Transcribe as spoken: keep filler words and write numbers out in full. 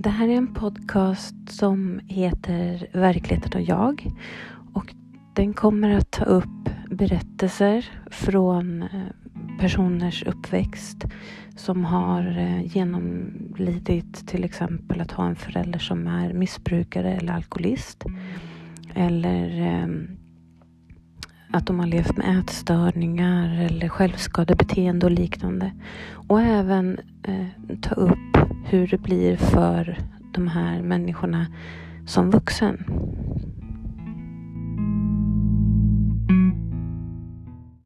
Det här är en podcast som heter Verkligheten och jag. Och den kommer att ta upp berättelser från personers uppväxt som har genomlidit till exempel att ha en förälder som är missbrukare eller alkoholist. Eller att de har levt med ätstörningar eller självskadebeteende och liknande. Och även eh, ta upp hur det blir för de här människorna som vuxen.